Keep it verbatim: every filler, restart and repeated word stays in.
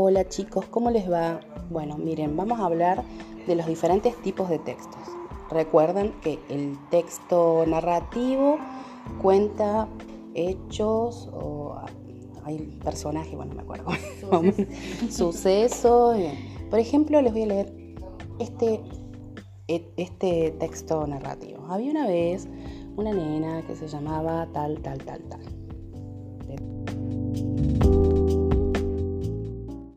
Hola chicos, ¿cómo les va? Bueno, miren, vamos a hablar de los diferentes tipos de textos. Recuerden que el texto narrativo cuenta hechos o hay personajes, bueno, no me acuerdo, sucesos. Por ejemplo, les voy a leer este, este texto narrativo. Había una vez una nena que se llamaba tal, tal, tal, tal.